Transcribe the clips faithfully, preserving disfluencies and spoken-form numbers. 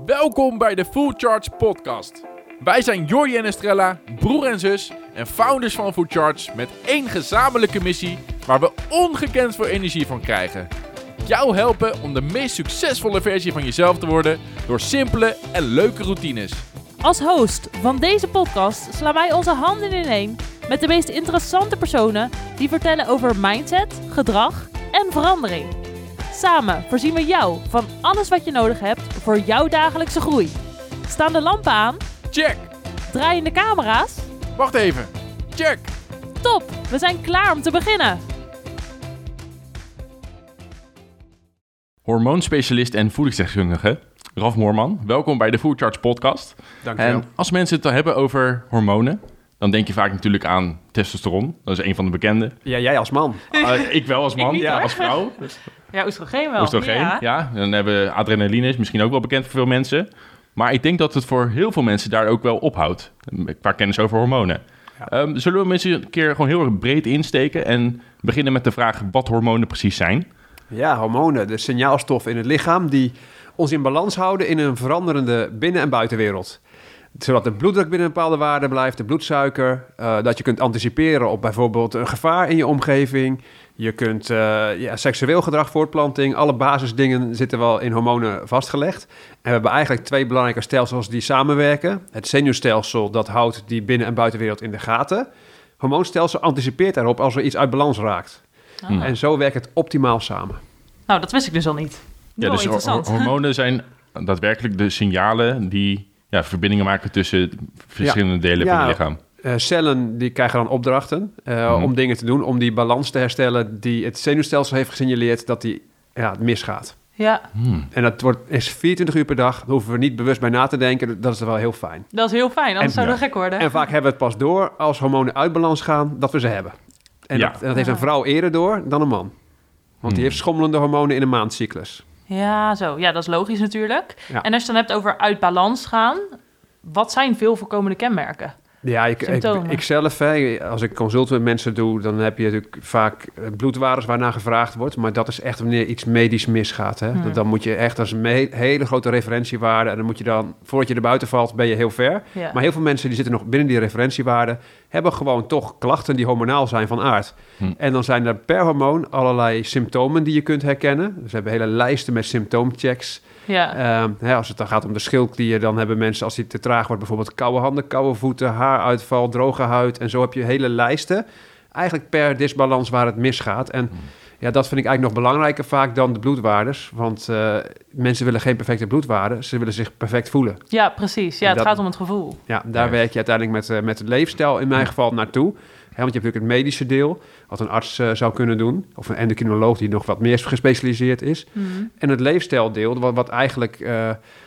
Welkom bij de Full Charge podcast. Wij zijn Jordi en Estrella, broer en zus en founders van Full Charge met één gezamenlijke missie waar we ongekend veel energie van krijgen. Jou helpen om de meest succesvolle versie van jezelf te worden door simpele en leuke routines. Als host van deze podcast slaan wij onze handen ineen met de meest interessante personen die vertellen over mindset, gedrag en verandering. Samen voorzien we jou van alles wat je nodig hebt voor jouw dagelijkse groei. Staan de lampen aan? Check! Draaien de camera's? Wacht even. Check! Top! We zijn klaar om te beginnen! Hormoonspecialist en voedingsdeskundige Ralf Moorman, welkom bij de Full Charge podcast. Dankjewel. En als mensen het hebben over hormonen, dan denk je vaak natuurlijk aan testosteron. Dat is een van de bekende. Ja, jij als man. Uh, ik wel als man, Ik niet, ja, hoor. als vrouw. Ja, oestrogeen wel. Oestrogeen, ja. ja. Dan hebben we adrenaline, is misschien ook wel bekend voor veel mensen. Maar ik denk dat het voor heel veel mensen daar ook wel ophoudt. Qua kennis over hormonen. Ja. Um, zullen we mensen een keer gewoon heel erg breed insteken en beginnen met de vraag wat hormonen precies zijn? Ja, hormonen, de signaalstoffen in het lichaam die ons in balans houden in een veranderende binnen- en buitenwereld. Zodat de bloeddruk binnen een bepaalde waarde blijft, de bloedsuiker. Uh, dat je kunt anticiperen op bijvoorbeeld een gevaar in je omgeving. Je kunt uh, ja, seksueel gedrag, voortplanting, alle basisdingen zitten wel in hormonen vastgelegd. En we hebben eigenlijk twee belangrijke stelsels die samenwerken. Het zenuwstelsel, dat houdt die binnen- en buitenwereld in de gaten. Hormoonstelsel anticipeert daarop als er iets uit balans raakt. Oh. En zo werkt het optimaal samen. Nou, dat wist ik dus al niet. Ja, Wel dus interessant. ho- hormonen zijn daadwerkelijk de signalen die ja, verbindingen maken tussen verschillende ja. delen ja, van het lichaam. Uh, cellen die krijgen dan opdrachten uh, mm-hmm. om dingen te doen, om die balans te herstellen die het zenuwstelsel heeft gesignaleerd dat die ja, misgaat. Ja. Hmm. En dat wordt, is vierentwintig uur per dag, daar hoeven we niet bewust bij na te denken, dat is wel heel fijn. Dat is heel fijn, anders En, zouden we ja. gek worden. En vaak hebben we het pas door als hormonen uit balans gaan, dat we ze hebben. En, Ja. dat, en dat heeft een vrouw eerder door dan een man. Want Hmm. die heeft schommelende hormonen in een maandcyclus. Ja, zo. Ja, dat is logisch natuurlijk. Ja. En als je het dan hebt over uit balans gaan, wat zijn veel voorkomende kenmerken? Ja, ik, ik, Symptomen. ik zelf, hè, als ik consult met mensen doe, dan heb je natuurlijk vaak bloedwaardes waarnaar gevraagd wordt. Maar dat is echt wanneer iets medisch misgaat. Hè. Hmm. Dan moet je echt, dat is een me- hele grote referentiewaarde. En dan moet je dan, voordat je er buiten valt, ben je heel ver. Ja. Maar heel veel mensen die zitten nog binnen die referentiewaarde, hebben gewoon toch klachten die hormonaal zijn van aard. Hmm. En dan zijn er per hormoon allerlei symptomen die je kunt herkennen. Dus we hebben hele lijsten met symptoomchecks. Ja. Um, hè, als het dan gaat om de schildklier, dan hebben mensen, als die te traag wordt, bijvoorbeeld koude handen, koude voeten, haaruitval, droge huid. En zo heb je hele lijsten, eigenlijk per disbalans waar het misgaat. En Hmm. ja, dat vind ik eigenlijk nog belangrijker vaak dan de bloedwaardes. Want uh, mensen willen geen perfecte bloedwaarden, ze willen zich perfect voelen. ja, precies. Ja, het Dat- gaat om het gevoel. Ja, daar Ja. werk je uiteindelijk met, uh, met het leefstijl in mijn geval naartoe. Hè, want je hebt natuurlijk het medische deel, wat een arts uh, zou kunnen doen. Of een endocrinoloog die nog wat meer gespecialiseerd is. Hmm. En het leefstijldeel, wat, wat eigenlijk uh,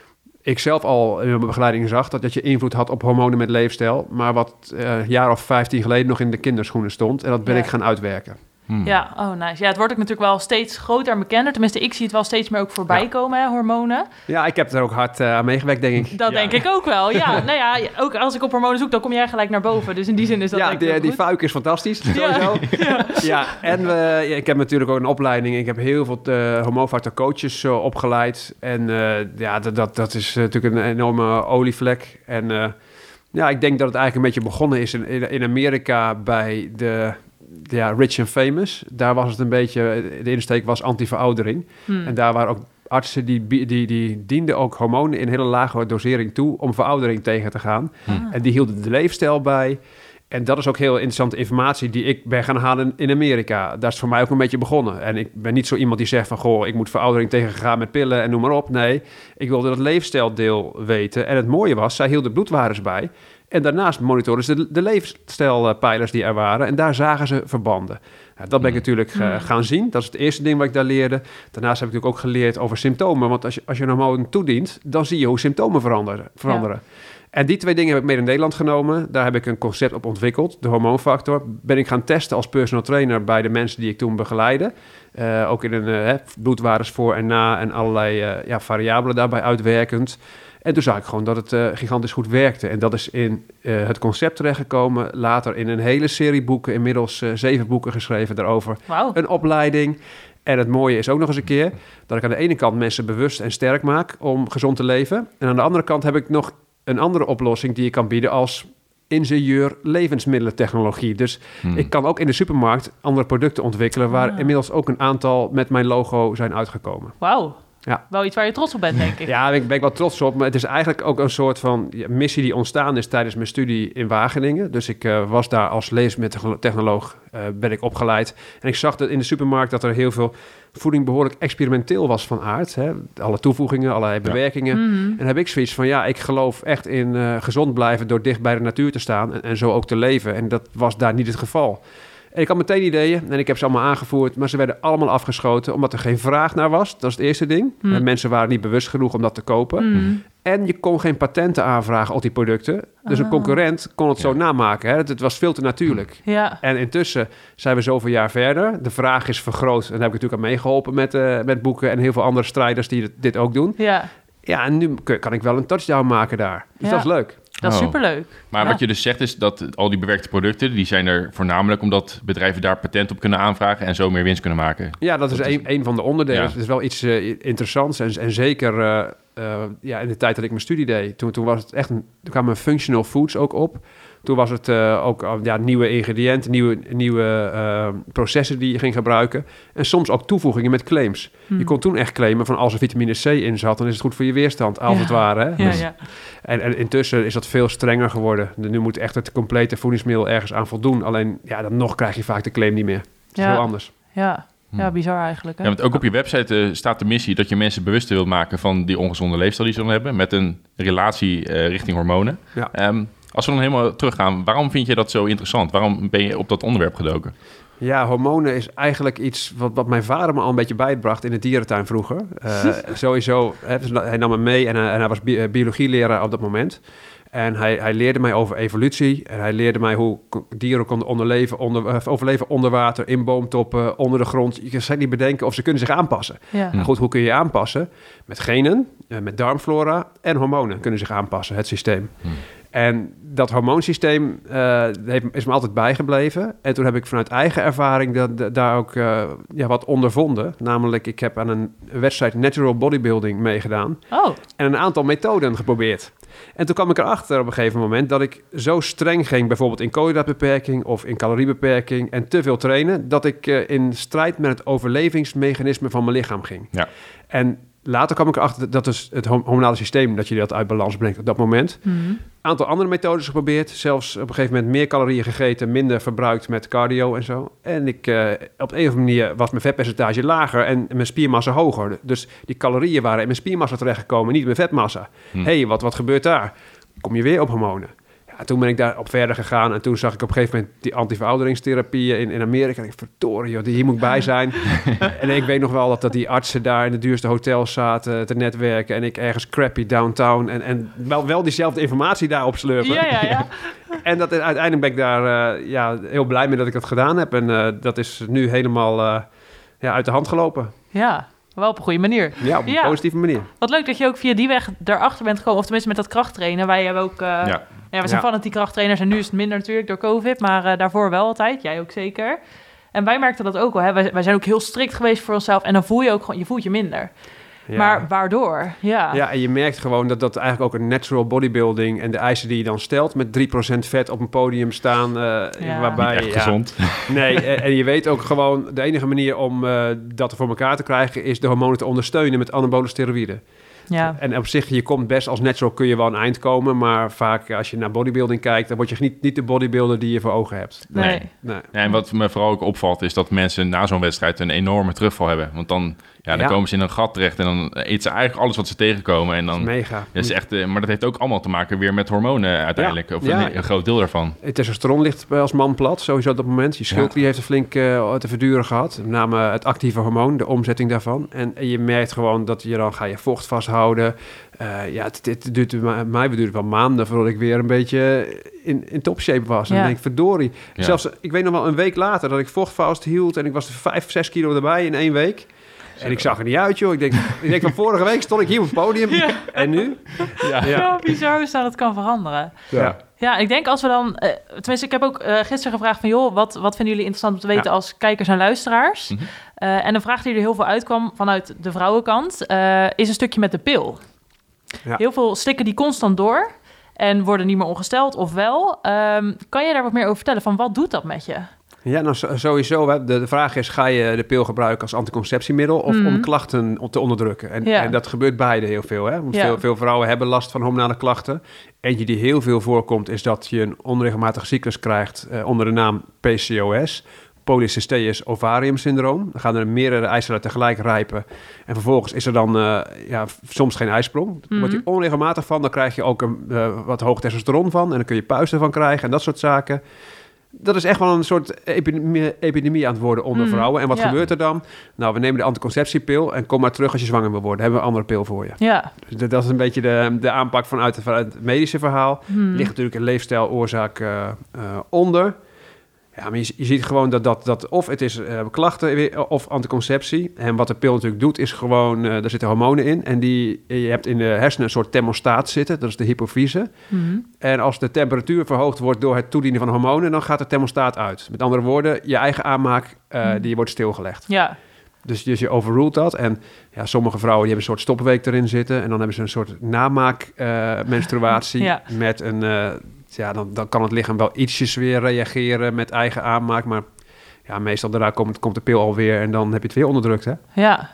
ik zelf al in mijn begeleiding zag, dat, dat je invloed had op hormonen met leefstijl, maar wat uh, een jaar of vijftien geleden nog in de kinderschoenen stond. En dat ben Ja. ik gaan uitwerken. Hmm. Ja, oh nice. Ja, het wordt ook natuurlijk wel steeds groter en bekender. Tenminste, ik zie het wel steeds meer ook voorbij Ja. komen, hè, hormonen. Ja, ik heb er ook hard uh, aan meegewerkt, denk ik. Dat Ja. denk ik ook wel. Ja, nou ja, ook als ik op hormonen zoek, dan kom jij gelijk naar boven. Dus in die zin is dat Ja, denk ik die, ook die goed. fuik is fantastisch, sowieso. Ja. Ja, en we, ja, ik heb natuurlijk ook een opleiding. Ik heb heel veel uh, hormoonfactor coaches uh, opgeleid. En uh, ja, dat, dat, dat is uh, natuurlijk een enorme olievlek. En uh, ja, ik denk dat het eigenlijk een beetje begonnen is in, in, in Amerika bij de ja, Rich and Famous. Daar was het een beetje, de insteek was anti-veroudering. Hmm. En daar waren ook artsen die, die, die, die dienden ook hormonen in hele lage dosering toe om veroudering tegen te gaan. Hmm. En die hielden de leefstijl bij. En dat is ook heel interessante informatie die ik ben gaan halen in Amerika. Daar is voor mij ook een beetje begonnen. En ik ben niet zo iemand die zegt van, goh, ik moet veroudering tegengaan met pillen en noem maar op. Nee, ik wilde dat leefstijldeel weten. En het mooie was, zij hielden bloedwaardes bij. En daarnaast monitoren ze de, de leefstijlpijlers die er waren. En daar zagen ze verbanden. Ja, dat ben ik natuurlijk uh, Mm. gaan zien. Dat is het eerste ding wat ik daar leerde. Daarnaast heb ik natuurlijk ook geleerd over symptomen. Want als je, als je een hormoon toedient, dan zie je hoe symptomen veranderen. veranderen. Ja. En die twee dingen heb ik mee in Nederland genomen. Daar heb ik een concept op ontwikkeld, de hormoonfactor. Ben ik gaan testen als personal trainer bij de mensen die ik toen begeleidde. Uh, ook in een uh, bloedwaardes voor en na en allerlei uh, ja, variabelen daarbij uitwerkend. En toen zag ik gewoon dat het uh, gigantisch goed werkte. En dat is in uh, het concept terechtgekomen. Later in een hele serie boeken, inmiddels uh, zeven boeken geschreven daarover. Wauw. Een opleiding. En het mooie is ook nog eens een keer dat ik aan de ene kant mensen bewust en sterk maak om gezond te leven. En aan de andere kant heb ik nog een andere oplossing die ik kan bieden als ingenieur levensmiddelentechnologie. Dus hmm. ik kan ook in de supermarkt andere producten ontwikkelen waar ah. inmiddels ook een aantal met mijn logo zijn uitgekomen. Wauw. Ja. Wel iets waar je trots op bent, denk ik. Ja, daar ben ik wel trots op. Maar het is eigenlijk ook een soort van ja, missie die ontstaan is tijdens mijn studie in Wageningen. Dus ik uh, was daar als levensmiddeltechnoloog uh, ben ik opgeleid. En ik zag dat in de supermarkt dat er heel veel voeding behoorlijk experimenteel was van aard. Hè? Alle toevoegingen, allerlei bewerkingen. Ja. Mm-hmm. En dan heb ik zoiets van, ja, ik geloof echt in uh, gezond blijven door dicht bij de natuur te staan en, en zo ook te leven. En dat was daar niet het geval. En ik had meteen ideeën en ik heb ze allemaal aangevoerd, maar ze werden allemaal afgeschoten omdat er geen vraag naar was. Dat is het eerste ding. Mm. En mensen waren niet bewust genoeg om dat te kopen. Mm. En je kon geen patenten aanvragen op die producten. Dus een concurrent kon het ja. zo namaken. Hè? Het, het was veel te natuurlijk. Ja. En intussen zijn we zoveel jaar verder. De vraag is vergroot. En daar heb ik natuurlijk aan meegeholpen met, uh, met boeken en heel veel andere strijders die dit, dit ook doen. Ja. Ja, en nu kan ik wel een touchdown maken daar. Dus ja. dat is leuk. Dat is oh. superleuk. Maar ja. wat je dus zegt is dat al die bewerkte producten, die zijn er voornamelijk omdat bedrijven daar patent op kunnen aanvragen en zo meer winst kunnen maken. Ja, dat is dat een, is... een van de onderdelen. Ja. Het is wel iets uh, interessants en, en zeker uh, uh, ja, in de tijd dat ik mijn studie deed, toen, toen was het echt een, toen kwamen functional foods ook op. Toen was het uh, ook uh, ja, nieuwe ingrediënten, nieuwe, nieuwe uh, processen die je ging gebruiken. En soms ook toevoegingen met claims. Hmm. Je kon toen echt claimen van als er vitamine C in zat, dan is het goed voor je weerstand, als ja. het ware. Hè? Ja, dus, ja. En, en intussen is dat veel strenger geworden. Nu moet echt het complete voedingsmiddel ergens aan voldoen. Alleen, ja, dan nog krijg je vaak de claim niet meer. Het is ja. heel anders. Ja. Ja, bizar eigenlijk. Hè? Ja, want ook op je website uh, staat de missie dat je mensen bewust wilt maken van die ongezonde leefstijl die ze dan hebben, met een relatie uh, richting hormonen. Ja. Um, als we dan helemaal teruggaan, waarom vind je dat zo interessant? Waarom ben je op dat onderwerp gedoken? Ja, hormonen is eigenlijk iets wat, wat mijn vader me al een beetje bijbracht in de dierentuin vroeger. Uh, sowieso, hè, dus hij nam me mee en, uh, en hij was bi- biologieleraar op dat moment. En hij, hij leerde mij over evolutie. En hij leerde mij hoe dieren konden onderleven, onder, uh, overleven onder water, in boomtoppen, onder de grond. Je kan niet bedenken of ze kunnen zich aanpassen. Ja. Nou goed, hoe kun je je aanpassen? Met genen, uh, met darmflora en hormonen kunnen zich aanpassen, het systeem. Hmm. En dat hormoonsysteem uh, heeft, is me altijd bijgebleven. En toen heb ik vanuit eigen ervaring dat, dat, daar ook uh, ja, wat ondervonden. Namelijk, ik heb aan een wedstrijd Natural Bodybuilding meegedaan. Oh. En een aantal methoden geprobeerd. En toen kwam ik erachter op een gegeven moment dat ik zo streng ging, bijvoorbeeld in koolhydraatbeperking of in caloriebeperking en te veel trainen, dat ik uh, in strijd met het overlevingsmechanisme van mijn lichaam ging. Ja. En later kwam ik erachter dat dus het hormonale systeem, dat je dat uit balans brengt op dat moment. Mm-hmm. Een aantal andere methodes geprobeerd. Zelfs op een gegeven moment meer calorieën gegeten, minder verbruikt met cardio en zo. En ik, uh, op een of andere manier was mijn vetpercentage lager en mijn spiermassa hoger. Dus die calorieën waren in mijn spiermassa terechtgekomen, niet in mijn vetmassa. Hé, mm. hey, wat, wat gebeurt daar? Kom je weer op hormonen. Ja, toen ben ik daarop verder gegaan en toen zag ik op een gegeven moment die antiverouderingstherapieën in, in Amerika. En ik verdorie, joh, hier moet ik bij zijn. En ik weet nog wel dat, dat die artsen daar in de duurste hotels zaten te netwerken en ik ergens crappy downtown en, en wel, wel diezelfde informatie daar opslurpen. Ja, ja, ja. En dat, uiteindelijk ben ik daar uh, ja, heel blij mee dat ik dat gedaan heb. En uh, dat is nu helemaal uh, ja, uit de hand gelopen. Ja. Wel op een goede manier. Ja, op een ja. positieve manier. Wat leuk dat je ook via die weg daarachter bent gekomen. Of tenminste met dat krachttrainen. Wij hebben ook... Uh, ja. Ja, we zijn ja. fanatiek krachttrainers. En nu is het minder natuurlijk door COVID. Maar uh, daarvoor wel altijd. Jij ook zeker. En wij merkten dat ook wel. Hè. Wij, wij zijn ook heel strikt geweest voor onszelf. En dan voel je ook gewoon... Je voelt je minder. Ja. Maar waardoor? Ja. ja, en je merkt gewoon dat dat eigenlijk ook een natural bodybuilding en de eisen die je dan stelt met drie procent vet op een podium staan. Uh, ja. Waarbij, Niet echt ja, gezond. Nee, en, en je weet ook gewoon, de enige manier om uh, dat voor elkaar te krijgen is de hormonen te ondersteunen met anabole steroïden. Ja. En op zich, je komt best als natural, kun je wel een eind komen, maar vaak als je naar bodybuilding kijkt, dan word je niet, niet de bodybuilder die je voor ogen hebt. Nee. nee. nee. nee en wat me vooral ook opvalt, is dat mensen na zo'n wedstrijd een enorme terugval hebben. Want dan, ja, dan ja. komen ze in een gat terecht en dan eten ze eigenlijk alles wat ze tegenkomen. En dan, dat is mega. Dat is echt, uh, maar dat heeft ook allemaal te maken weer met hormonen uiteindelijk. Ja. Of ja. een, een groot deel daarvan. Het testosteron ligt als man plat, sowieso op dat moment. Je schildklier ja. heeft er flink uh, te verduren gehad. Met name het actieve hormoon, de omzetting daarvan. En, en je merkt gewoon dat je dan ga je vocht vasthouden. Uh, ja, het, het duurt mij beduurt wel maanden voordat ik weer een beetje in, in topshape was. En ja. dan denk ik, verdorie. Ja. Zelfs, ik weet nog wel een week later dat ik vocht vasthield en ik was er vijf, zes kilo erbij in één week. En ik zag er niet uit, joh. Ik denk, ik denk van vorige week stond ik hier op het podium. Ja. En nu? Ja, ja. ja bizar hoe snel het kan veranderen. Ja. Ja, ik denk als we dan... Uh, tenminste, ik heb ook uh, gisteren gevraagd van... joh, wat, wat vinden jullie interessant om te weten ja. als kijkers en luisteraars? Mm-hmm. Uh, en een vraag die er heel veel uitkwam vanuit de vrouwenkant... Uh, is een stukje met de pil. Ja. Heel veel slikken die constant door... en worden niet meer ongesteld, of wel. Um, kan je daar wat meer over vertellen? Van wat doet dat met je? Ja, nou sowieso. Hè. De, de vraag is, ga je de pil gebruiken als anticonceptiemiddel... of mm. om klachten te onderdrukken? En, ja. en dat gebeurt beide heel veel. Hè? Want ja. veel, veel vrouwen hebben last van hormonale klachten. Eentje die heel veel voorkomt... is dat je een onregelmatige cyclus krijgt... Uh, onder de naam P C O S... polycysteus ovarium syndroom. Dan gaan er meerdere eicellen tegelijk rijpen. En vervolgens is er dan uh, ja, soms geen eisprong. Mm-hmm. Wordt die onregelmatig van, dan krijg je ook een, uh, wat hoog testosteron van. En dan kun je puisten van krijgen en dat soort zaken. Dat is echt wel een soort epidemie, epidemie aan het worden onder mm, vrouwen. En wat ja. gebeurt er dan? Nou, we nemen de anticonceptiepil en kom maar terug als je zwanger wil worden. Hebben we een andere pil voor je. Ja. Dus dat is een beetje de, de aanpak vanuit, vanuit het medische verhaal. Mm. Ligt natuurlijk een leefstijloorzaak uh, uh, onder. Ja, maar je, je ziet gewoon dat, dat, dat of het is uh, klachten of anticonceptie. En wat de pil natuurlijk doet, is gewoon... Uh, er zitten hormonen in. En die, je hebt in de hersenen een soort thermostaat zitten. Dat is de hypofyse. Mm-hmm. En als de temperatuur verhoogd wordt door het toedienen van hormonen... dan gaat de thermostaat uit. Met andere woorden, je eigen aanmaak, uh, mm. die wordt stilgelegd. Ja. Dus, dus je overruled dat. En ja, sommige vrouwen die hebben een soort stoppenweek erin zitten. En dan hebben ze een soort namaak uh, menstruatie ja. met een... Uh, Ja, dan, dan kan het lichaam wel ietsjes weer reageren met eigen aanmaak. Maar ja, meestal daarna komt, komt de pil alweer en dan heb je het weer onderdrukt, hè? Ja.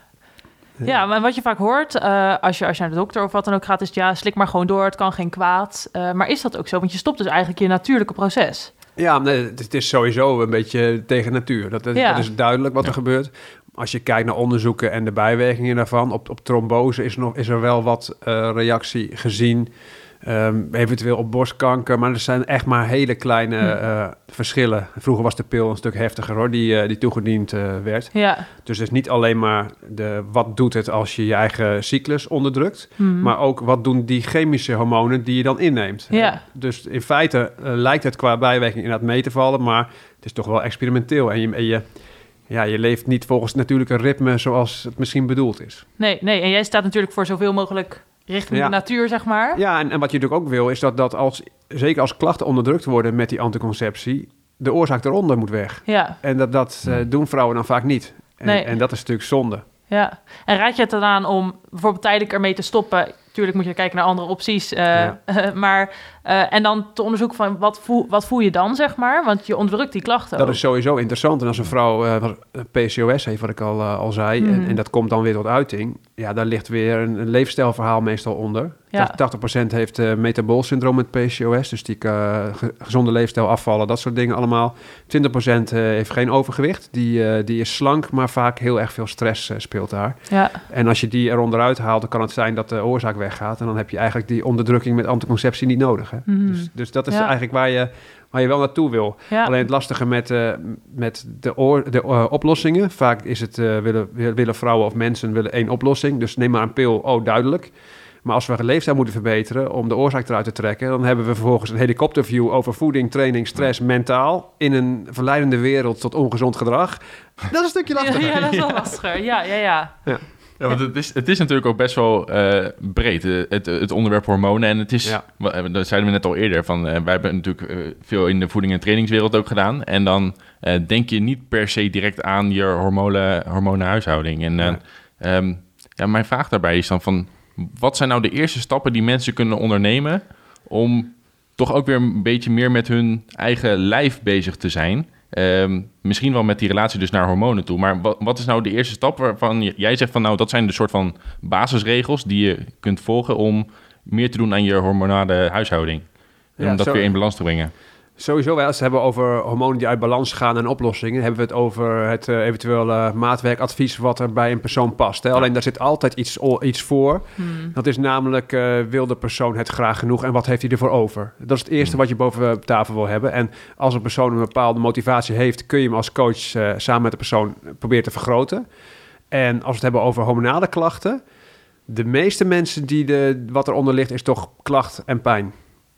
Ja, maar wat je vaak hoort uh, als, je, als je naar de dokter of wat dan ook gaat... is ja, slik maar gewoon door, het kan geen kwaad. Uh, maar is dat ook zo? Want je stopt dus eigenlijk je natuurlijke proces. Ja, nee, het is sowieso een beetje tegen natuur. Dat, dat, ja. dat is duidelijk wat er ja. gebeurt. Als je kijkt naar onderzoeken en de bijwerkingen daarvan... op, op trombose is, nog, is er wel wat uh, reactie gezien... Um, eventueel op borstkanker, maar er zijn echt maar hele kleine uh, verschillen. Vroeger was de pil een stuk heftiger, hoor, die, uh, die toegediend uh, werd. Ja. Dus het is niet alleen maar de, wat doet het als je je eigen cyclus onderdrukt, mm-hmm. maar ook wat doen die chemische hormonen die je dan inneemt. Ja. Uh, dus in feite uh, lijkt het qua bijwerking inderdaad mee te vallen, maar het is toch wel experimenteel. En je, en je, ja, je leeft niet volgens het natuurlijke ritme zoals het misschien bedoeld is. Nee, nee, en jij staat natuurlijk voor zoveel mogelijk... richting ja. de natuur, zeg maar. Ja, en, en wat je natuurlijk ook wil, is dat, dat als, zeker als klachten onderdrukt worden met die anticonceptie, de oorzaak eronder moet weg. Ja. En dat, dat uh, doen vrouwen dan vaak niet. En, nee. en dat is natuurlijk zonde. Ja, en raad je het dan aan om bijvoorbeeld tijdelijk ermee te stoppen? Tuurlijk moet je kijken naar andere opties. Uh, ja. uh, maar, uh, en dan te onderzoeken van wat voel, wat voel je dan, zeg maar? Want je onderdrukt die klachten Dat ook. is sowieso interessant. En als een vrouw uh, P C O S heeft, wat ik al, uh, al zei... Mm. En, en dat komt dan weer tot uiting... ja, daar ligt weer een, een leefstijlverhaal meestal onder. Ja. tachtig procent heeft uh, metabool syndroom met P C O S... dus die uh, ge- gezonde leefstijl afvallen, dat soort dingen allemaal. twintig procent uh, heeft geen overgewicht. Die, uh, die is slank, maar vaak heel erg veel stress uh, speelt daar. Ja. En als je die eronder uithaalt... dan kan het zijn dat de oorzaak weggaat... en dan heb je eigenlijk die onderdrukking met anticonceptie niet nodig. Hè? Mm. Dus, dus dat is ja. eigenlijk waar je, waar je wel naartoe wil. Ja. Alleen het lastige met, uh, met de, oor, de uh, oplossingen... vaak is het, uh, willen, willen vrouwen of mensen willen één oplossing... dus neem maar een pil, oh duidelijk... Maar als we een leefstijl moeten verbeteren om de oorzaak eruit te trekken... dan hebben we vervolgens een helikopterview over voeding, training, stress, mentaal... in een verleidende wereld tot ongezond gedrag. Dat is een stukje lastiger. Ja, ja dat is wel lastiger. Ja, ja, ja. ja. Ja, want het is, het is natuurlijk ook best wel uh, breed, uh, het, het onderwerp hormonen. En het is, ja. dat zeiden we net al eerder, van, uh, wij hebben natuurlijk uh, veel in de voeding- en trainingswereld ook gedaan. En dan uh, denk je niet per se direct aan je hormonen, hormonenhuishouding. En uh, ja. Um, ja, mijn vraag daarbij is dan van... wat zijn nou de eerste stappen die mensen kunnen ondernemen... om toch ook weer een beetje meer met hun eigen lijf bezig te zijn... Um, misschien wel met die relatie dus naar hormonen toe. Maar wat, wat is nou de eerste stap waarvan jij zegt van... nou, dat zijn de soort van basisregels die je kunt volgen... om meer te doen aan je hormonale huishouding. En ja, om dat zo, weer in balans te brengen. Sowieso, als we het hebben over hormonen die uit balans gaan en oplossingen... hebben we het over het uh, eventuele maatwerkadvies wat er bij een persoon past. Hè? Ja. Alleen daar zit altijd iets, iets voor. Hmm. Dat is namelijk, uh, wil de persoon het graag genoeg en wat heeft hij ervoor over? Dat is het eerste hmm. wat je boven tafel wil hebben. En als een persoon een bepaalde motivatie heeft... kun je hem als coach uh, samen met de persoon proberen te vergroten. En als we het hebben over hormonale klachten... de meeste mensen die de, wat eronder ligt is toch klacht en pijn.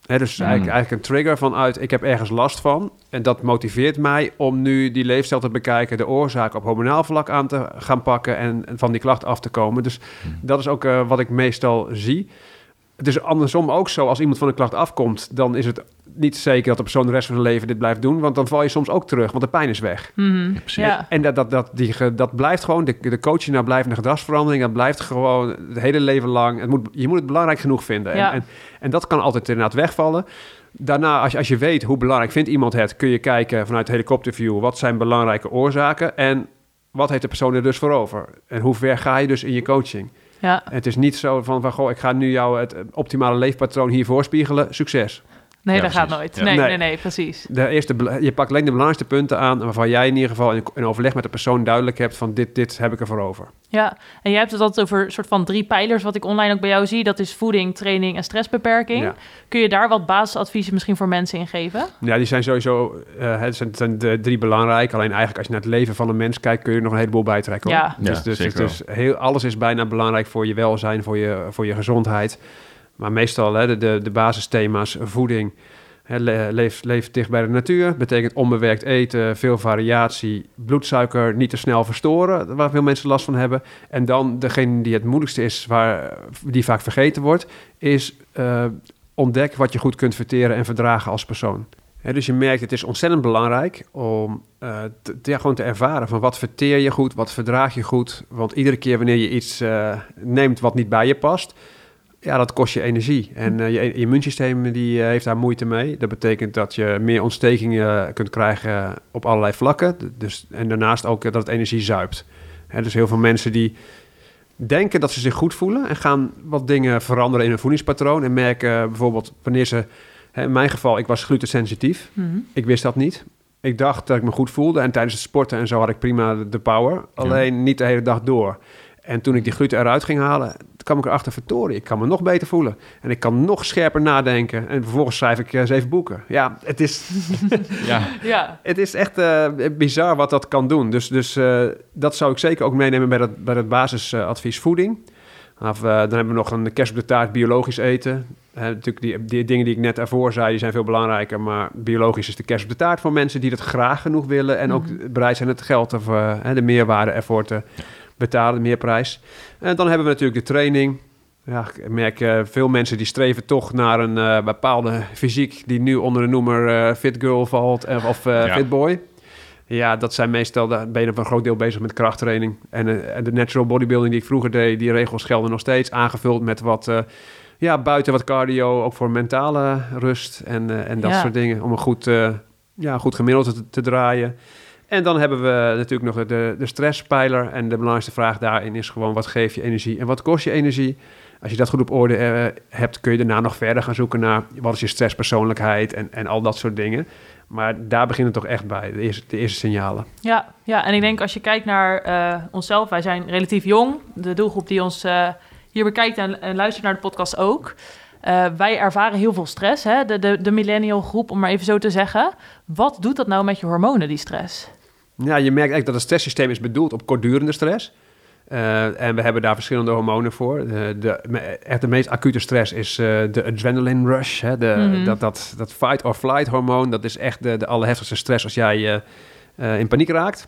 Hè, dus Mm. eigenlijk, eigenlijk een trigger vanuit, ik heb ergens last van. En dat motiveert mij om nu die leefstijl te bekijken, de oorzaak op hormonaal vlak aan te gaan pakken en, en van die klacht af te komen. Dus Mm. dat is ook uh, wat ik meestal zie. Het is andersom ook zo, als iemand van een klacht afkomt, dan is het niet zeker dat de persoon de rest van zijn leven dit blijft doen, want dan val je soms ook terug, want de pijn is weg. Mhm. Ja, precies. Ja. En dat, dat, dat, die, ge- dat blijft gewoon, de, de coaching naar blijvende gedragsverandering, dat blijft gewoon het hele leven lang. Het moet, je moet het belangrijk genoeg vinden. Ja. En, en, en dat kan altijd inderdaad wegvallen. Daarna, als je, als je weet hoe belangrijk vindt iemand het, kun je kijken vanuit helikopterview, wat zijn belangrijke oorzaken en wat heeft de persoon er dus voor over? En hoe ver ga je dus in je coaching? Ja. Het is niet zo van, van goh, ik ga nu jou het optimale leefpatroon hier voorspiegelen. Succes. Nee, Ja, dat gaat precies. nooit. Ja. Nee, Nee. nee, nee, precies. De eerste, bela- je pakt alleen de belangrijkste punten aan waarvan jij in ieder geval in, in overleg met de persoon duidelijk hebt van dit, dit heb ik ervoor over. Ja, en jij hebt het altijd over een soort van drie pijlers wat ik online ook bij jou zie. Dat is voeding, training en stressbeperking. Ja. Kun je daar wat basisadviezen misschien voor mensen in geven? Ja, die zijn sowieso, uh, het zijn, het zijn de drie belangrijk. Alleen eigenlijk als je naar het leven van een mens kijkt, kun je er nog een heleboel bijtrekken. Hoor. Ja. Ja, dus dus, zeker dus heel, alles is bijna belangrijk voor je welzijn, voor je, voor je gezondheid. Maar meestal hè, de, de, de basisthema's, voeding, hè, le- leef, leef dicht bij de natuur. Betekent onbewerkt eten, veel variatie, bloedsuiker niet te snel verstoren, waar veel mensen last van hebben. En dan degene die het moeilijkste is, waar, die vaak vergeten wordt, is uh, ontdek wat je goed kunt verteren en verdragen als persoon. Hè, dus je merkt, het is ontzettend belangrijk om uh, te, ja, gewoon te ervaren van wat verteer je goed, wat verdraag je goed. Want iedere keer wanneer je iets uh, neemt wat niet bij je past, ja, dat kost je energie. En uh, je, je immuunsysteem die, uh, heeft daar moeite mee. Dat betekent dat je meer ontstekingen kunt krijgen op allerlei vlakken. Dus, en daarnaast ook uh, dat het energie zuipt. Hè, dus heel veel mensen die denken dat ze zich goed voelen en gaan wat dingen veranderen in hun voedingspatroon en merken uh, bijvoorbeeld wanneer ze, hè, in mijn geval, ik was glutensensitief. Mm-hmm. Ik wist dat niet. Ik dacht dat ik me goed voelde en tijdens het sporten en zo had ik prima de power. Alleen ja. niet de hele dag door. En toen ik die gluten eruit ging halen, kwam ik erachter, verdorie, ik kan me nog beter voelen. En ik kan nog scherper nadenken. En vervolgens schrijf ik uh, zeven boeken. Ja, het is, Ja. Ja. het is echt uh, bizar wat dat kan doen. Dus, dus uh, dat zou ik zeker ook meenemen bij dat, bij dat basisadvies voeding. Of, uh, dan hebben we nog een kerst op de taart biologisch eten. Uh, natuurlijk die, die dingen die ik net ervoor zei, die zijn veel belangrijker. Maar biologisch is de kerst op de taart voor mensen die dat graag genoeg willen. En ook Mhm. bereid zijn het geld of uh, de meerwaarde ervoor te betalen, de meerprijs. En dan hebben we natuurlijk de training. Ja, ik merk uh, veel mensen die streven toch naar een uh, bepaalde fysiek die nu onder de noemer uh, fit girl valt uh, of uh, Ja. fit boy. Ja, dat zijn meestal, daar ben je voor een groot deel bezig met krachttraining. En, uh, en de natural bodybuilding die ik vroeger deed, die regels gelden nog steeds. Aangevuld met wat, uh, ja, buiten wat cardio, ook voor mentale rust en, uh, en dat Ja. soort dingen. Om een goed, uh, ja, goed gemiddelde te, te draaien. En dan hebben we natuurlijk nog de, de stresspijler. En de belangrijkste vraag daarin is gewoon, wat geeft je energie en wat kost je energie? Als je dat goed op orde uh, hebt, kun je daarna nog verder gaan zoeken naar wat is je stresspersoonlijkheid en, en al dat soort dingen. Maar daar begint het toch echt bij, de eerste, de eerste signalen. Ja, ja, en ik denk als je kijkt naar uh, onszelf, wij zijn relatief jong. De doelgroep die ons uh, hier bekijkt en, en luistert naar de podcast ook. Uh, wij ervaren heel veel stress, hè? De, de, de millennial groep, om maar even zo te zeggen. Wat doet dat nou met je hormonen, die stress? Ja, je merkt eigenlijk dat het stresssysteem is bedoeld op kortdurende stress. Uh, en we hebben daar verschillende hormonen voor. De, de, echt de meest acute stress is uh, de adrenaline rush. Hè? De, Mm-hmm. dat, dat, dat fight or flight hormoon. Dat is echt de, de allerheftigste stress als jij uh, uh, in paniek raakt.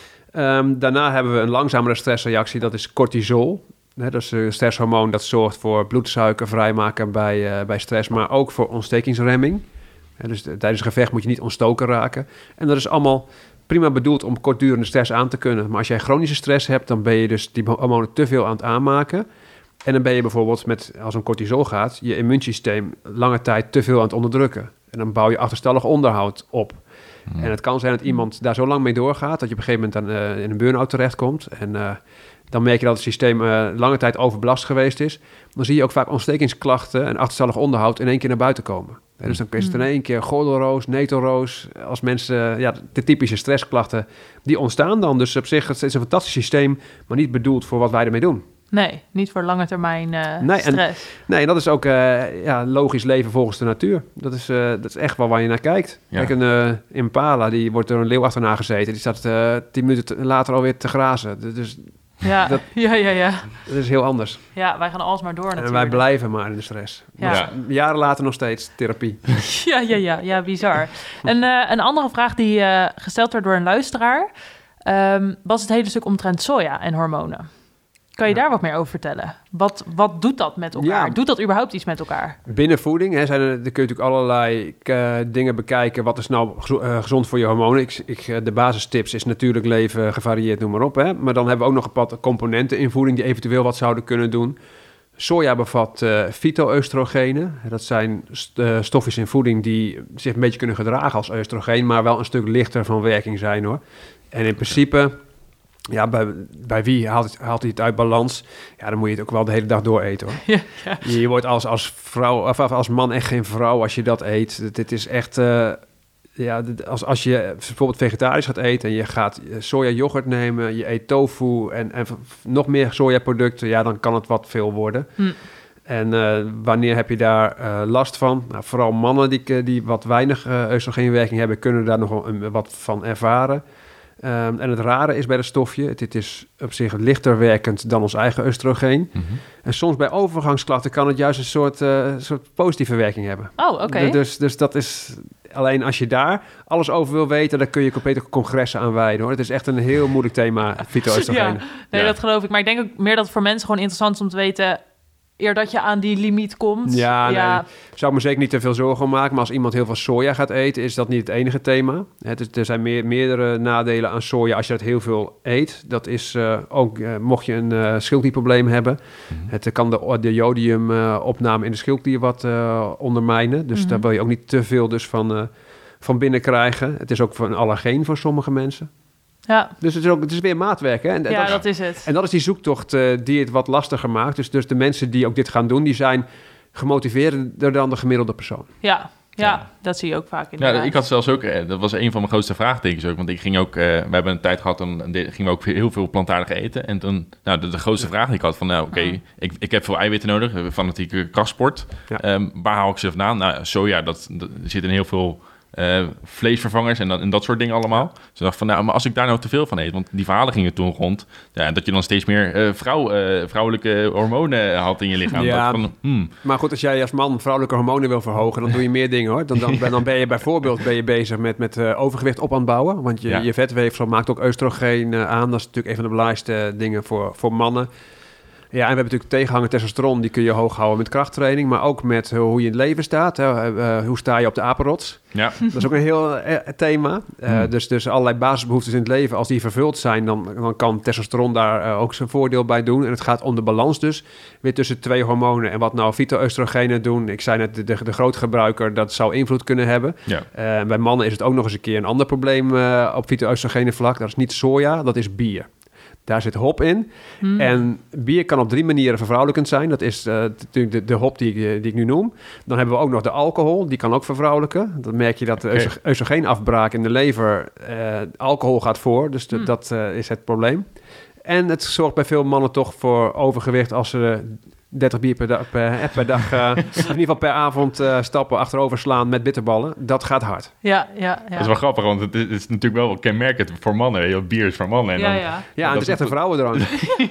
Um, daarna hebben we een langzamere stressreactie. Dat is cortisol. Hè? Dat is een stresshormoon dat zorgt voor bloedsuiker vrijmaken bij, uh, bij stress. Maar ook voor ontstekingsremming. Hè? Dus de, tijdens een gevecht moet je niet ontstoken raken. En dat is allemaal prima bedoeld om kortdurende stress aan te kunnen. Maar als jij chronische stress hebt, dan ben je dus die hormonen te veel aan het aanmaken. En dan ben je bijvoorbeeld, met, als een cortisol gaat, je immuunsysteem lange tijd te veel aan het onderdrukken. En dan bouw je achterstallig onderhoud op. Hmm. En het kan zijn dat iemand daar zo lang mee doorgaat, dat je op een gegeven moment dan, uh, in een burn-out terechtkomt. En uh, dan merk je dat het systeem uh, lange tijd overbelast geweest is. Dan zie je ook vaak ontstekingsklachten en achterstallig onderhoud in één keer naar buiten komen. En dus dan is het in één keer gordelroos, netelroos. Als mensen, ja, de typische stressklachten, die ontstaan dan. Dus op zich, het is een fantastisch systeem, maar niet bedoeld voor wat wij ermee doen. Nee, niet voor lange termijn uh, nee, stress. En, nee, en dat is ook uh, ja, logisch leven volgens de natuur. Dat is, uh, dat is echt wel waar je naar kijkt. Ja. Kijk, een uh, impala, die wordt door een leeuw achterna gezeten. Die staat uh, tien minuten later alweer te grazen. Dus Ja, Dat- ja, ja, ja. Dat is heel anders. Ja, wij gaan alsmaar door natuurlijk. En wij blijven maar in de stress. Ja. Nog- Ja. Jaren later nog steeds therapie. Ja, ja, ja, ja, bizar. En eh, een andere vraag die eh, gesteld werd door een luisteraar... ehm, was het hele stuk omtrent soja en hormonen. Kan je Ja. daar wat meer over vertellen? Wat, wat doet dat met elkaar? Ja. Doet dat überhaupt iets met elkaar? Binnen voeding hè, zijn er, daar kun je natuurlijk allerlei eh, dingen bekijken. Wat is nou gezo- eh, gezond voor je hormonen? Ik, ik, eh, de basistips is natuurlijk leven, gevarieerd, noem maar op. Hè. Maar dan hebben we ook nog een paar componenten in voeding... die eventueel wat zouden kunnen doen. Soja bevat uh, fytoöstrogenen. Dat zijn st- uh, stofjes in voeding die zich een beetje kunnen gedragen als oestrogeen... maar wel een stuk lichter van werking zijn, hoor. En in principe... Ja, bij, bij wie haalt, haalt hij het uit balans? Ja, dan moet je het ook wel de hele dag door eten, hoor. Ja, ja. Je wordt als, als, vrouw, of als man echt geen vrouw als je dat eet. Dit is echt... Uh, ja, als, als je bijvoorbeeld vegetarisch gaat eten... en je gaat soja yoghurt nemen... je eet tofu en, en nog meer sojaproducten... ja, dan kan het wat veel worden. Hm. En uh, wanneer heb je daar uh, last van? Nou, vooral mannen die, die wat weinig uh, oestrogeenwerking hebben... kunnen daar nog wel een, wat van ervaren... Um, en het rare is bij dat stofje, het, het is op zich lichter werkend dan ons eigen oestrogeen. Mm-hmm. En soms bij overgangsklachten kan het juist een soort, uh, soort positieve werking hebben. Oh, oké. Okay. Dus, dus dat is, alleen als je daar alles over wil weten, dan kun je complete congressen aan wijden, hoor. Het is echt een heel moeilijk thema, fyto-oestrogenen. Ja, nee, Ja. dat geloof ik. Maar ik denk ook meer dat het voor mensen gewoon interessant is om te weten... eer dat je aan die limiet komt. Ja, ja. nee, zou me zeker niet te veel zorgen om maken. Maar als iemand heel veel soja gaat eten, is dat niet het enige thema. Het is, er zijn meer, meerdere nadelen aan soja als je het heel veel eet. Dat is uh, ook, uh, mocht je een uh, schildklierprobleem hebben... Mm-hmm. Het uh, kan de, de jodiumopname uh, in de schildklier wat uh, ondermijnen. Dus Mm-hmm. daar wil je ook niet te veel dus van, uh, van binnen krijgen. Het is ook een allergeen voor sommige mensen. Ja, Dus het is, ook, het is weer maatwerk, hè? En, ja dat, dat is het. en dat is die zoektocht uh, die het wat lastiger maakt. Dus, dus de mensen die ook dit gaan doen, die zijn gemotiveerder dan de gemiddelde persoon. Ja, ja, Ja. dat zie je ook vaak inderdaad. Ja, ik had zelfs ook, eh, dat was een van mijn grootste vraagtekens ook, want ik ging ook, uh, we hebben een tijd gehad, dan de- gingen we ook heel veel plantaardig eten. En toen, nou, de, de grootste vraag die ik had van, nou, oké, okay, Ah. ik, ik heb veel eiwitten nodig, uh, fanatieke krachtsport. Ja. Um, waar haal ik ze vandaan? Nou, soja, dat, dat er zit in heel veel uh, vleesvervangers en, dat, en dat soort dingen allemaal. Dus ik dacht van, nou, maar als ik daar nou te veel van eet, want die verhalen gingen toen rond, ja, dat je dan steeds meer uh, vrouw, uh, vrouwelijke hormonen had in je lichaam. Ja. Dat van, hmm, Maar goed, als jij als man vrouwelijke hormonen wil verhogen, dan doe je meer dingen, hoor. Dan, dan, dan ben je bijvoorbeeld ben je bezig met, met uh, overgewicht op aan het bouwen. Want je, Ja. je vetweefsel maakt ook oestrogeen uh, aan. Dat is natuurlijk een van de belangrijkste dingen voor, voor mannen. Ja, en we hebben natuurlijk tegenhanger testosteron. Die kun je hoog houden met krachttraining. Maar ook met uh, hoe je in het leven staat. Hè. Uh, hoe sta je op de apenrots? ja. Dat is ook een heel uh, thema. Uh, Hmm. dus, dus allerlei basisbehoeftes in het leven, als die vervuld zijn, dan, dan kan testosteron daar uh, ook zijn voordeel bij doen. En het gaat om de balans dus, weer tussen twee hormonen. En wat nou fyto-oestrogenen doen, ik zei net, de, de, de grootgebruiker, dat zou invloed kunnen hebben. Ja. Uh, bij mannen is het ook nog eens een keer een ander probleem uh, op fyto-oestrogenen vlak. Dat is niet soja, dat is bier. Daar zit hop in. Hmm. En bier kan op drie manieren vervrouwelijkend zijn. Dat is uh, natuurlijk de, de hop die ik, die ik nu noem. Dan hebben we ook nog de alcohol. Die kan ook vervrouwelijken. Dan merk je dat de Okay. oestrogeenafbraak in de lever... Uh, alcohol gaat voor. Dus de, Hmm. dat uh, is het probleem. En het zorgt bij veel mannen toch voor overgewicht... als ze dertig bier per, dag, per, per dag... Uh, of in ieder geval per avond uh, stappen, achterover slaan met bitterballen. Dat gaat hard. Ja, ja, ja. Dat is wel grappig, want het is, het is natuurlijk wel kenmerkend voor mannen. Heel bier is voor mannen. En ja, dan, ja. Ja, en het is echt een vrouwendrang.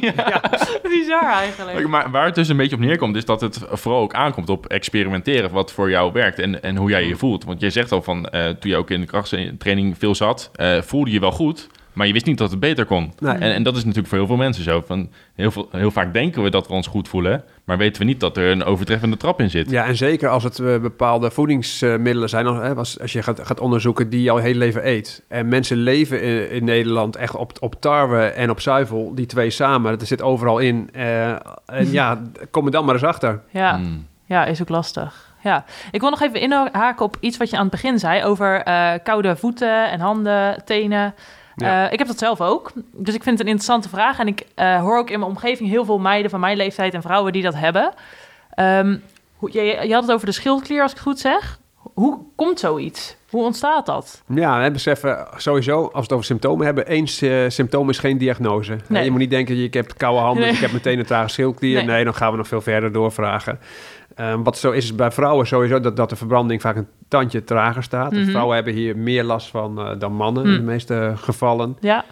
Bizar eigenlijk. Maar waar het dus een beetje op neerkomt, is dat het vooral ook aankomt op experimenteren wat voor jou werkt en, en hoe jij je voelt. Want jij zegt al van, uh, toen je ook in de krachttraining veel zat, uh, voelde je wel goed, maar je wist niet dat het beter kon. Nee. En, en dat is natuurlijk voor heel veel mensen zo. Van heel, veel, heel vaak denken we dat we ons goed voelen, maar weten we niet dat er een overtreffende trap in zit. Ja, en zeker als het uh, bepaalde voedingsmiddelen zijn, als, als, als je gaat, gaat onderzoeken die jouw hele leven eet. En mensen leven in, in Nederland echt op, op tarwe en op zuivel, die twee samen. Dat zit overal in. Uh, en ja, kom er dan maar eens achter. Ja. Hmm. Ja, is ook lastig. Ja, ik wil nog even inhaken op iets wat je aan het begin zei over uh, koude voeten en handen, tenen. Ja. Uh, ik heb dat zelf ook, dus ik vind het een interessante vraag. En ik uh, hoor ook in mijn omgeving heel veel meiden van mijn leeftijd en vrouwen die dat hebben. Um, hoe, je, je had het over de schildklier, als ik het goed zeg. Hoe komt zoiets? Hoe ontstaat dat? Ja, we beseffen sowieso, als we het over symptomen hebben, één uh, symptoom is geen diagnose. Nee. Je moet niet denken, ik heb koude handen, Nee. ik heb meteen een trage schildklier. Nee. Nee, dan gaan we nog veel verder doorvragen. Um, wat zo is, is bij vrouwen sowieso dat, dat de verbranding vaak een tandje trager staat. Mm-hmm. Vrouwen hebben hier meer last van uh, dan mannen Mm. in de meeste gevallen. Ja,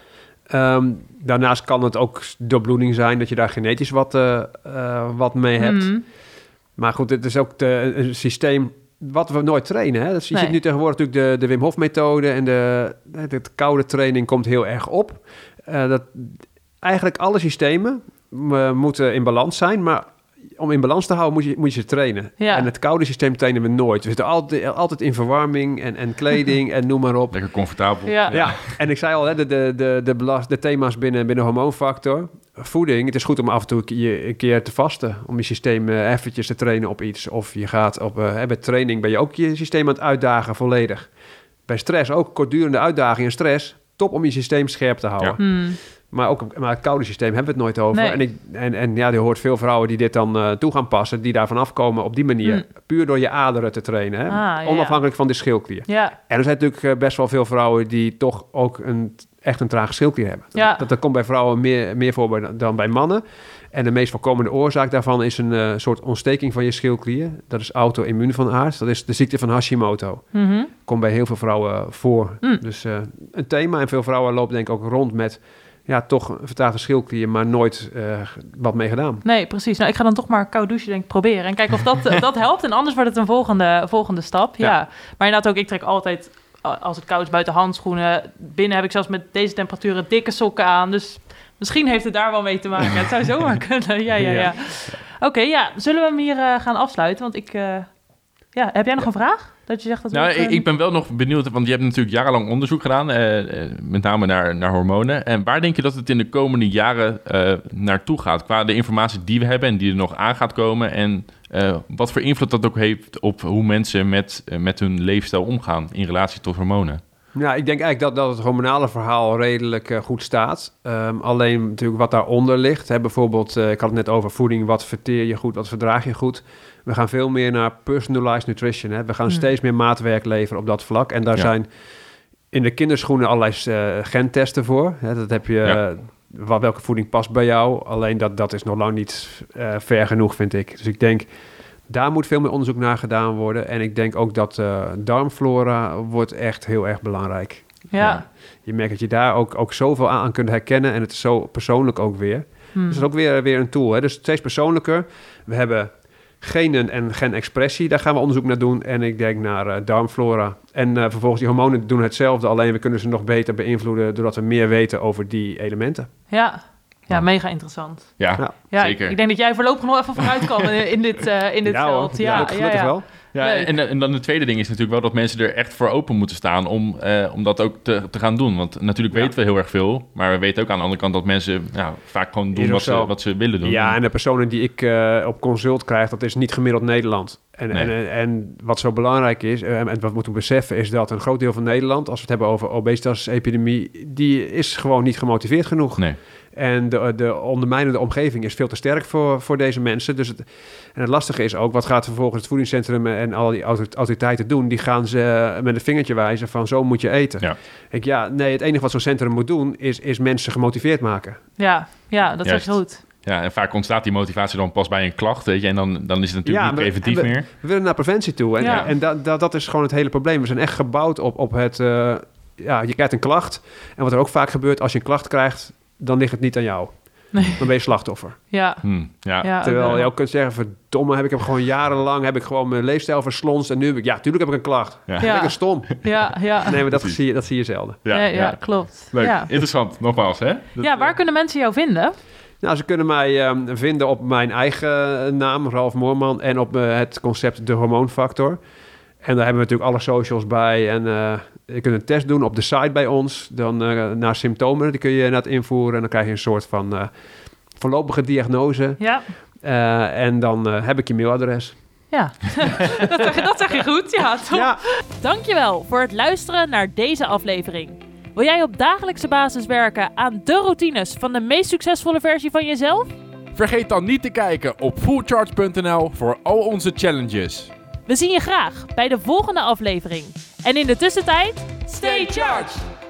Um, daarnaast kan het ook doorbloeding zijn, dat je daar genetisch wat, uh, uh, wat mee hebt. Mm. Maar goed, het is ook de, een systeem wat we nooit trainen. Hè? Dat, je Nee. ziet nu tegenwoordig natuurlijk de, de Wim Hof methode en de, de, de koude training komt heel erg op. Uh, dat, eigenlijk alle systemen uh, moeten in balans zijn, maar om in balans te houden moet je, moet je ze trainen. Ja. En het koude systeem trainen we nooit. We zitten altijd, altijd in verwarming en, en kleding en noem maar op. Lekker comfortabel. Ja. Ja, en ik zei al, hè, de, de, de, de, belast, de thema's binnen, binnen hormoonfactor. Voeding, het is goed om af en toe je een keer te vasten. Om je systeem uh, eventjes te trainen op iets. Of je gaat op, uh, bij training ben je ook je systeem aan het uitdagen volledig. Bij stress ook, kortdurende uitdaging en stress. Top om je systeem scherp te houden. Ja. Mm. Maar ook maar het koude systeem hebben we het nooit over. Nee. En, ik, en, en ja, je hoort veel vrouwen die dit dan uh, toe gaan passen. Die daarvan afkomen op die manier. Mm. Puur door je aderen te trainen. Hè? Ah, ja, Onafhankelijk van de schildklier. Ja. En er zijn natuurlijk uh, best wel veel vrouwen die toch ook een, echt een trage schildklier hebben. Ja. Dat, dat komt bij vrouwen meer, meer voor bij, dan bij mannen. En de meest voorkomende oorzaak daarvan is een uh, soort ontsteking van je schildklier. Dat is auto-immuun van aard. Dat is de ziekte van Hashimoto. Mm-hmm. Komt bij heel veel vrouwen voor. Mm. Dus uh, een thema. En veel vrouwen lopen denk ik ook rond met ja, toch een vertraagde schildklier, maar nooit uh, wat mee gedaan. Nee, precies. Nou, ik ga dan toch maar koud douchen, denk ik, proberen. En kijken of dat, dat helpt. En anders wordt het een volgende, volgende stap. Ja. Ja. Maar inderdaad ook, ik trek altijd, als het koud is, buiten handschoenen. Binnen heb ik zelfs met deze temperaturen dikke sokken aan. Dus misschien heeft het daar wel mee te maken. Het zou zomaar kunnen. Ja, ja, ja. ja. Oké, okay, ja. Zullen we hem hier uh, gaan afsluiten? Want ik... Uh, ja, heb jij nog ja. een vraag? Dat je zegt dat we nou, ook, ik ben wel nog benieuwd, want je hebt natuurlijk jarenlang onderzoek gedaan, uh, uh, met name naar, naar hormonen. En waar denk je dat het in de komende jaren uh, naartoe gaat, qua de informatie die we hebben en die er nog aan gaat komen? En uh, wat voor invloed dat ook heeft op hoe mensen met, uh, met hun leefstijl omgaan in relatie tot hormonen? Ja, ik denk eigenlijk dat, dat het hormonale verhaal redelijk uh, goed staat. Um, alleen natuurlijk wat daaronder ligt. Hè, bijvoorbeeld, uh, ik had het net over voeding. Wat verteer je goed, wat verdraag je goed? We gaan veel meer naar personalized nutrition. Hè. We gaan hmm. steeds meer maatwerk leveren op dat vlak. En daar ja. zijn in de kinderschoenen allerlei uh, gentesten voor. Hè, dat heb je... Ja. Uh, welke voeding past bij jou? Alleen dat, dat is nog lang niet uh, ver genoeg, vind ik. Dus ik denk... Daar moet veel meer onderzoek naar gedaan worden. En ik denk ook dat uh, darmflora wordt echt heel erg belangrijk. Ja. ja. Je merkt dat je daar ook, ook zoveel aan kunt herkennen. En het is zo persoonlijk ook weer. Hmm. Dus dat is ook weer, weer een tool. Hè? Dus steeds persoonlijker. We hebben genen en genexpressie. Daar gaan we onderzoek naar doen. En ik denk naar uh, darmflora. En uh, vervolgens die hormonen doen hetzelfde. Alleen we kunnen ze nog beter beïnvloeden... doordat we meer weten over die elementen. Ja. Ja, mega interessant. Ja, ja, ja zeker. Ik, ik denk dat jij voorlopig nog even vooruit kan in, in dit, uh, in dit ja, veld. Ja, ja, gelukkig ja, ja. wel. Ja, en, en dan het tweede ding is natuurlijk wel dat mensen er echt voor open moeten staan om, uh, om dat ook te, te gaan doen. Want natuurlijk ja. weten we heel erg veel, maar we weten ook aan de andere kant dat mensen ja, vaak gewoon doen wat ze, wat ze willen doen. Ja, en de personen die ik uh, op consult krijg, dat is niet gemiddeld Nederland. En, nee. en, en wat zo belangrijk is, uh, en wat we moeten beseffen, is dat een groot deel van Nederland, als we het hebben over obesitas-epidemie, die is gewoon niet gemotiveerd genoeg. Nee. En de, de ondermijnende omgeving is veel te sterk voor, voor deze mensen. Dus het, en het lastige is ook, wat gaat vervolgens het voedingscentrum en al die autoriteiten doen? Die gaan ze met een vingertje wijzen van zo moet je eten. Ja. Ik, ja, nee, het enige wat zo'n centrum moet doen, is, is mensen gemotiveerd maken. Ja, ja dat is goed. Ja, en vaak ontstaat die motivatie dan pas bij een klacht, weet je. En dan, dan is het natuurlijk ja, niet preventief we, meer. We willen naar preventie toe. En, ja. en dat, dat, dat is gewoon het hele probleem. We zijn echt gebouwd op, op het... Uh, ja, je krijgt een klacht. En wat er ook vaak gebeurt, als je een klacht krijgt, dan ligt het niet aan jou. Nee. Dan ben je slachtoffer. Ja. Hmm, ja. ja Terwijl okay. je ook kunt zeggen, verdomme, heb ik hem gewoon jarenlang, heb ik gewoon mijn leefstijl verslonst en nu heb ik, ja, tuurlijk heb ik een klacht. Ja. Ja. Lekker stom. Ja, ja. Nee, maar dat zie je, dat zie je zelden. Ja, ja, ja klopt. Leuk, ja. interessant, nogmaals, hè? Dat, ja, waar uh, kunnen mensen jou vinden? Nou, ze kunnen mij um, vinden op mijn eigen naam, Ralf Moorman, en op uh, het concept De Hormoonfactor. En daar hebben we natuurlijk alle socials bij. En uh, je kunt een test doen op de site bij ons. Dan uh, naar symptomen, die kun je net invoeren. En dan krijg je een soort van uh, voorlopige diagnose. Ja. Uh, en dan uh, heb ik je mailadres. Ja, dat, zeg je, dat zeg je goed. Ja, top. Ja. Dankjewel voor het luisteren naar deze aflevering. Wil jij op dagelijkse basis werken aan de routines van de meest succesvolle versie van jezelf? Vergeet dan niet te kijken op fullcharge punt n l voor al onze challenges. We zien je graag bij de volgende aflevering. En in de tussentijd, stay charged!